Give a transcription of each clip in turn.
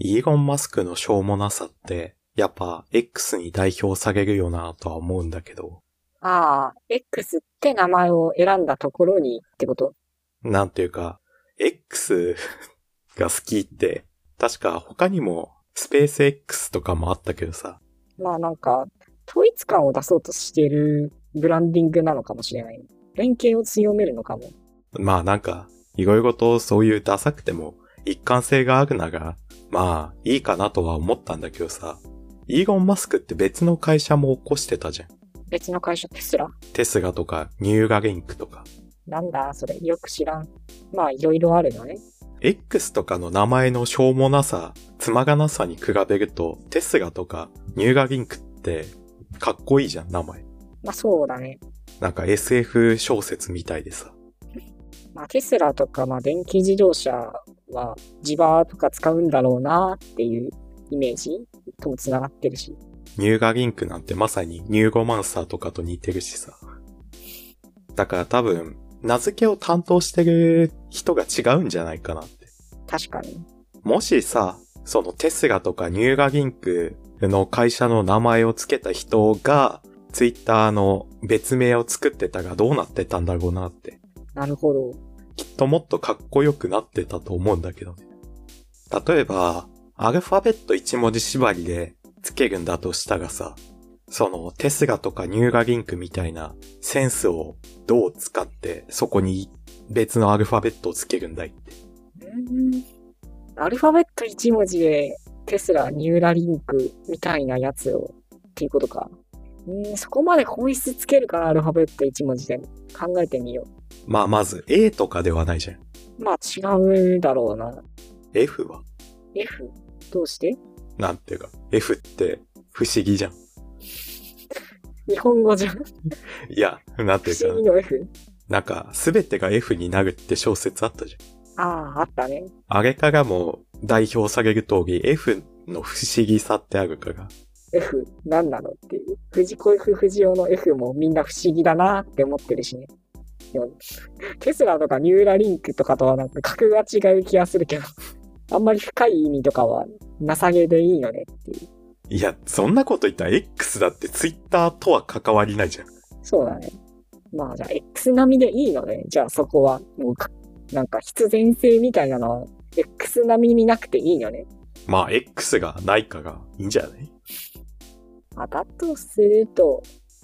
イーロン・マスクのしょうもなさって、やっぱ X に代表されるよなとは思うんだけど。 ああ、X って名前を選んだところにってこと？ なんていうか、X が好きって、確か他にもスペース X とかもあったけどさ。 まあなんか、統一感を出そうとしているブランディングなのかもしれない。連携を強めるのかも。 まあなんか、いろいろとそういうダサくても一貫性があるなら、まあいいかなとは思ったんだけどさ。イーロン・マスクって別の会社も起こしてたじゃん。 別の会社テスラ？ テスラとかニューラリンクとか。 なんだそれ、よく知らん。まあいろいろあるのね。 X とかの名前のしょうもなさ、つまがなさに比べると、テスラとかニューラリンクってかっこいいじゃん、名前。 まあそうだね。 なんか SF 小説みたいでさ。 まあテスラとか、まあ電気自動車は自バーとか使うんだろうなっていうイメージとも繋がってるし。 ニューラリンクなんてまさにニューロマンサーとかと似てるしさ。だから多分、名付けを担当してる人が違うんじゃないかなって。 確かに。 もしさ、そのテスラとかニューラリンクの会社の名前を付けた人が、ツイッターの別名を作ってたがどうなってたんだろうなって。 なるほど。 きっともっとかっこよくなってたと思うんだけどね。例えば、アルファベット1文字縛りで付けるんだとしたらさ、そのテスラとかニューラリンクみたいなセンスをどう使ってそこに別のアルファベットを付けるんだいって。 アルファベット1文字でテスラ、ニューラリンクみたいなやつをっていうことか。そこまで本質つけるかな、アルファベット1文字で。考えてみよう。 まあまず A とかではないじゃん。 まあ違うだろうな。 F は F？ どうして？ なんていうか、F って不思議じゃん。 日本語じゃん。 いや、なんていうか、 不思議の F？ なんか全てが F になるって小説あったじゃん。 ああ、あったね。 あれからも代表される通り F の不思議さってあるから。 F、何なのっていう。藤子 F 不二雄の F もみんな不思議だなって思ってるしね。でもテスラとかニューラリンクとかとはなんか格が違う気がするけど、あんまり深い意味とかはなさげでいいのねっていう。 いや、そんなこと言ったら X だってツイッターとは関わりないじゃん。 そうだね。まあじゃあ X 並みでいいのね。じゃあそこはもうなんか必然性みたいなのは X 並みになくていいのね。 まあ X がないからいいんじゃない？ だとすると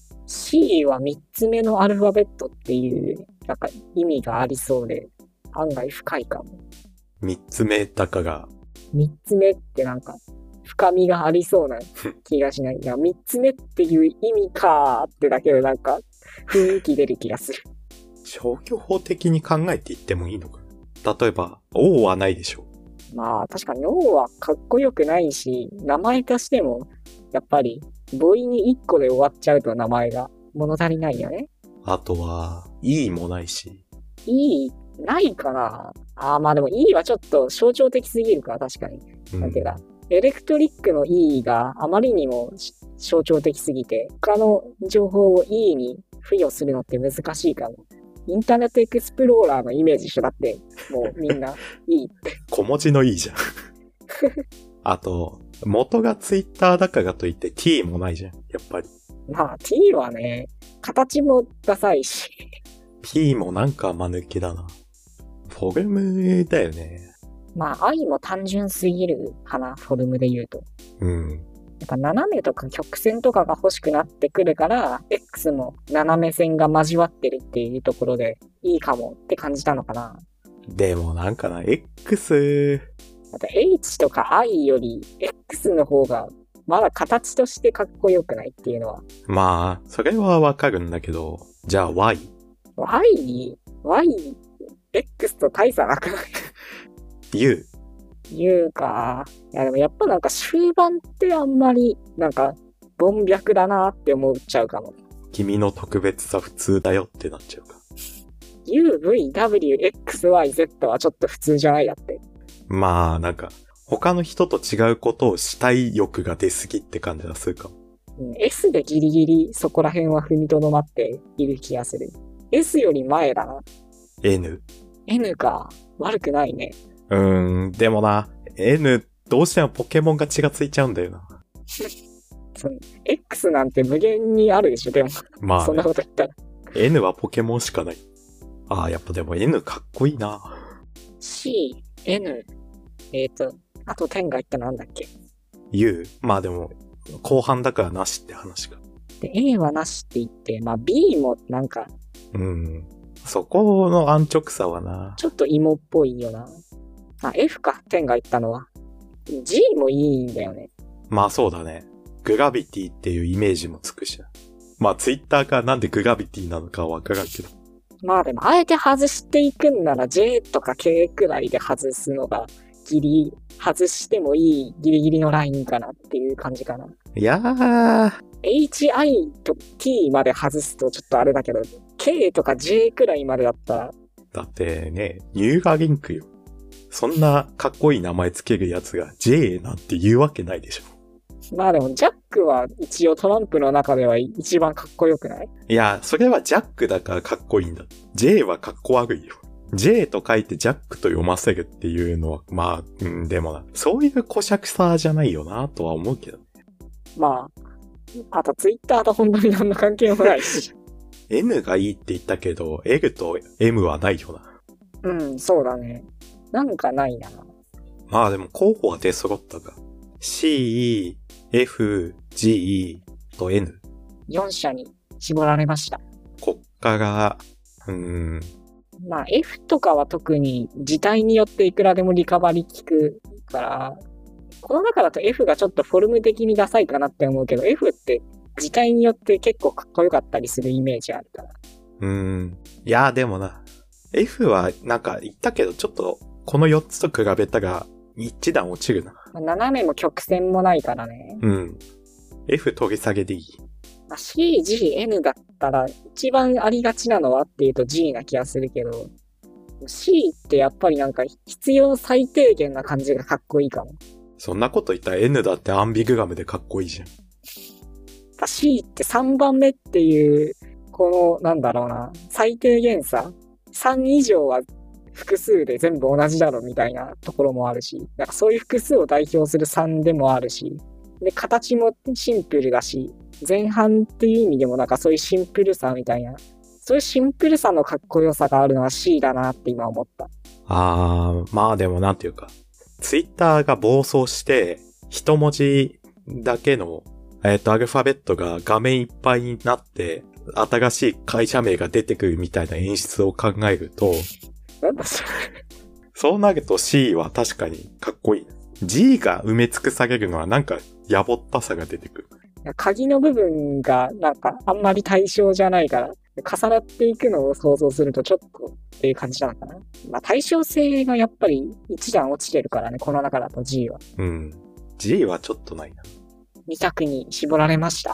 C は3つ目のアルファベットっていうなんか意味がありそうで案外深いかも。 3つ目だから。 3つ目ってなんか深みがありそうな気がしない。いや、3つ目っていう意味かーってだけでなんか雰囲気出る気がする。 消去法的に考えていってもいいのかな。例えば、O はないでしょ。 まあ確かに O はかっこよくないし、名前としてもやっぱり母音に1個で終わっちゃうと名前が物足りないよね。 あとは、E もないし。 E ないかな。まあでも E はちょっと象徴的すぎるか、確かに。なんていうか、エレクトリックの E があまりにも象徴的すぎて、他の情報を E に付与するのって難しいかも。インターネットエクスプローラーのイメージ一緒だって、もうみんな E って。 小文字の E じゃん。あと、元がツイッターだからといって T もないじゃん。やっぱり。 まあ T はね、形もダサいし。 P もなんか間抜けだな。フォルムだよね。 まあ I も単純すぎるかな、フォルムで言うと。やっぱ斜めとか曲線とかが欲しくなってくるから、X も斜め線が交わってるっていうところでいいかもって感じたのかな。 でもなんかな、X。 あと H とか I より X の方がまだ形としてかっこよくないっていうのは。 まあ、それはわかるんだけど、じゃあ Y。 X と大差なくない？ U。 言うか。いやでもやっぱなんか終盤ってあんまりなんか凡白だなって思っちゃうかも。 君の特別さ普通だよってなっちゃうか。 UVWXYZ はちょっと普通じゃないだって。 まあ、なんか、他の人と違うことをしたい欲が出すぎって感じがするかも。 S でギリギリそこら辺は踏みとどまっている気がする。S より前だな。 N。 N か。悪くないね。 でもな、N っどうしてもポケモンが血がついちゃうんだよな。 X なんて無限にあるでしょ、でも。 まあ、ね、 そんなこと言ったら。 N はポケモンしかない。ああ、やっぱでも N かっこいいな。 C、N、あと10が言ったのなんだっけ？ U。まあでも、後半だからなしって話か。 で、A はなしって言って、まあ B もなんか。 そこの安直さはな。 ちょっと芋っぽいよな。あ、F か、10が言ったのは。G もいいんだよね。 まあそうだね。グラビティっていうイメージもつくし。まあツイッターがなんでグラビティなのかわからんけど。 まあでも、あえて外していくんなら J とか K くらいで外すのが、外してもいいギリギリのラインかなっていう感じかな。 いやー。 HI と T まで外すとちょっとあれだけど、K とか J くらいまでだったら。 だってね、乳がリンクよ。そんなかっこいい名前つけるやつが J なんて言うわけないでしょ。 まあでもジャックは一応トランプの中では一番かっこよくない？ いや、それはジャックだからかっこいいんだ。J はかっこ悪いよ。J と書いてジャックと読ませるっていうのは、まあ、でもな、そういう小尺さじゃないよなとは思うけどね。 まあ、あとツイッターと本当に何の関係もないし。 N がいいって言ったけど、L と M はないよな。そうだね。なんかないな。 まあでも候補は出揃ったか。C、F、G と N。 4社に絞られました。 こっから、 まあ F とかは特に字体によっていくらでもリカバリ効くから、この中だと F がちょっとフォルム的にダサいかなって思うけど、F って字体によって結構かっこよかったりするイメージあるから。 いやでもな、F はなんか言ったけどちょっとこの4つと比べたら一段落ちるな。 斜めも曲線もないからね。 F 取り下げでいい。 C、G、N だったら一番ありがちなのはっていうと G な気がするけど、C ってやっぱりなんか必要最低限な感じがかっこいいかも。 そんなこと言ったら N だってアンビグラムでかっこいいじゃん。 C って3番目っていう、このなんだろうな、最低限さ、3以上は複数で全部同じだろみたいなところもあるし、なんかそういう複数を代表する3でもあるし、で、形もシンプルだし、前半っていう意味でもなんかそういうシンプルさみたいな、そういうシンプルさのかっこよさがあるのは C だなって今思った。 まあでもなんていうか、ツイッターが暴走して、一文字だけの、アルファベットが画面いっぱいになって、新しい会社名が出てくるみたいな演出を考えると、 なんだそれ。 そうなると C は確かにかっこいい。G が埋め尽くされるのはなんかやぼったさが出てくる。 鍵の部分がなんかあんまり対称じゃないから、重なっていくのを想像するとちょっとっていう感じなのかな。まあ対称性がやっぱり一段落ちてるからね、この中だと G は。 G はちょっとないな。 2択に絞られました。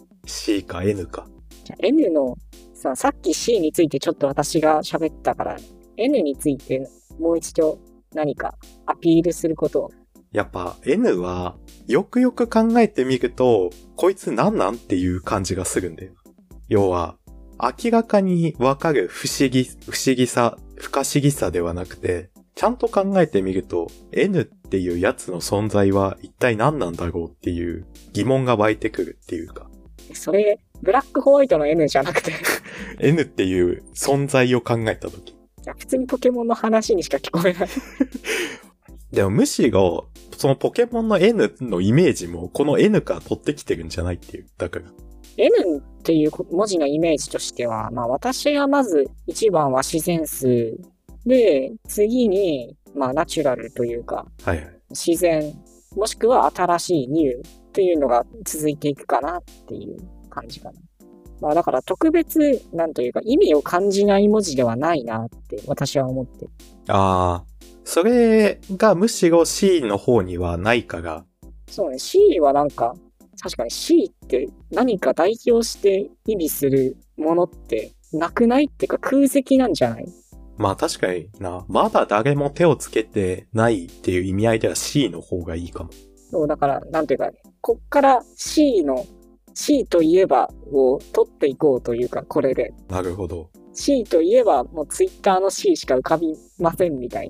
C か N か。 じゃあ N のさっき C についてちょっと私が喋ったから、N についてもう一度何かアピールすることを。 やっぱ N はよくよく考えてみると、こいつなんっていう感じがするんだよ。要は、明らかにわかる不可思議さではなくて、ちゃんと考えてみると、N っていうやつの存在は一体何なんだろうっていう疑問が湧いてくるっていうか。 それ、ブラックホワイトの N じゃなくて N っていう存在を考えたとき。 いや、普通にポケモンの話にしか聞こえないでもむしろ、そのポケモンの N のイメージもこの N から取ってきてるんじゃないっていう。だから。 N っていう文字のイメージとしては、まあ私はまず1番は自然数で、次に、まあナチュラルというか、自然、もしくは新しいニューっていうのが続いていくかなっていう感じかな。まあだから特別、なんというか意味を感じない文字ではないなって私は思ってる。 それがむしろ C の方にはないから。 そうね、C はなんか、確かに C って何か代表して意味するものってなくないっていうか空席なんじゃない？ まあ確かにな、まだ誰も手をつけてないっていう意味合いでは C の方がいいかも。 そう、だから、なんていうか、こっから C といえばを取っていこうというか、これで。 なるほど。 C といえばもう Twitter の C しか浮かびませんみたいな。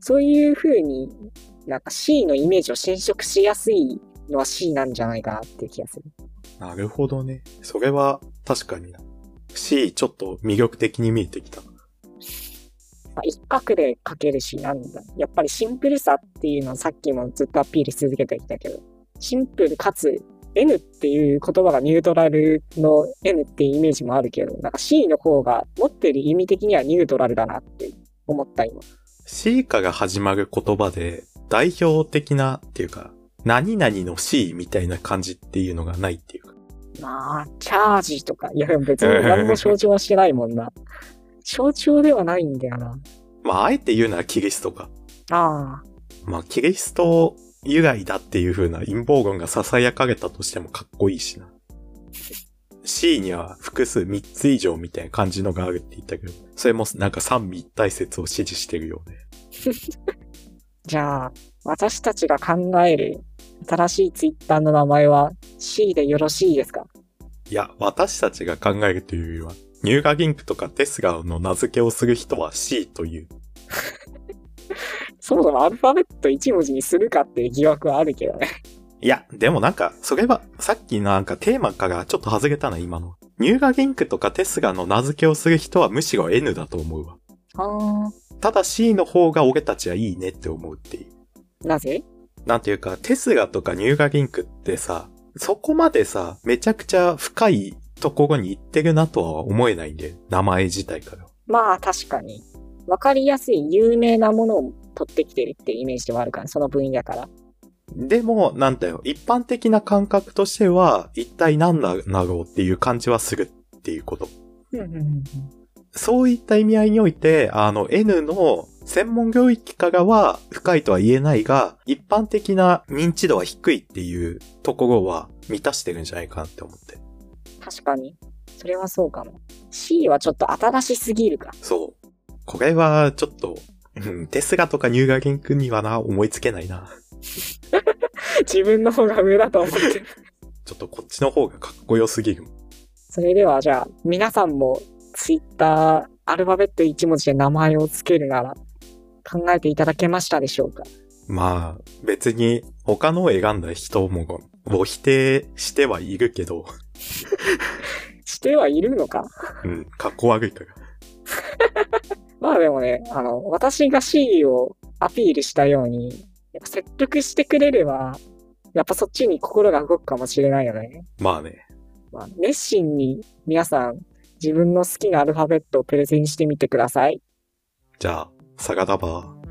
そういう風に、なんか C のイメージを侵食しやすいのは C なんじゃないかなっていう気がする。 なるほどね。それは確かにな。C ちょっと魅力的に見えてきた。 一画で書けるし、なんだ。やっぱりシンプルさっていうのをさっきもずっとアピールし続けてきたけど、シンプルかつ N っていう言葉がニュートラルの N っていうイメージもあるけど、なんか C の方が持ってる意味的にはニュートラルだなって思った今。 C から始まる言葉で代表的なっていうか、何々の C みたいな感じっていうのがないっていうか。 まあ、チャージとか、いや別に何も象徴はしてないもんな。象徴ではないんだよな。 まあ、あえて言うならキリストか。 ああ。 まあ、キリスト由来だっていう風な陰謀論が囁かれたとしてもかっこいいしな。C には複数3つ以上みたいな感じのがあるって言ったけど、それもなんか三位一体説を支持してるよね。 じゃあ、私たちが考える新しいツイッターの名前は C でよろしいですか？ いや、私たちが考えるというよりは、ニューラリンクとかテスラの名付けをする人は C という。 そもそもアルファベット1文字にするかっていう疑惑はあるけどね。 いや、でもなんか、それは、さっきのなんかテーマからちょっと外れたな、今の。ニューラリンクとかテスラの名付けをする人はむしろ N だと思うわ。ただ C の方が俺たちはいいねって思うっていう。 なぜ？ なんていうか、テスラとかニューラリンクってさ、そこまでさ、めちゃくちゃ深いところに行ってるなとは思えないんで、名前自体から。 まあ確かに。わかりやすい有名なものを取ってきてるってイメージではあるから、その分野から。 でも、なんだよ、一般的な感覚としては、一体何だろうっていう感じはするっていうこと。そういった意味合いにおいて、N の専門領域からは深いとは言えないが、一般的な認知度は低いっていうところは満たしてるんじゃないかなって思って。 確かに。それはそうかも。C はちょっと新しすぎるか。 そう。これはちょっと、テスラとかニューラリンクにはな、思いつけないな。 自分の方が上だと思ってる。 ちょっとこっちの方がかっこよすぎる。 それではじゃあ、皆さんもツイッターアルファベット1文字で名前をつけるなら考えていただけましたでしょうか？ まあ、別に他のを選んだ人も否定してはいるけど。 してはいるのか？ かっこ悪いから。 まあでもね、私が C をアピールしたように、やっぱ説得してくれれば、やっぱそっちに心が動くかもしれないよね。 まあね。 まあ、熱心に皆さん自分の好きなアルファベットをプレゼンしてみてください。 じゃあ、サガダバー。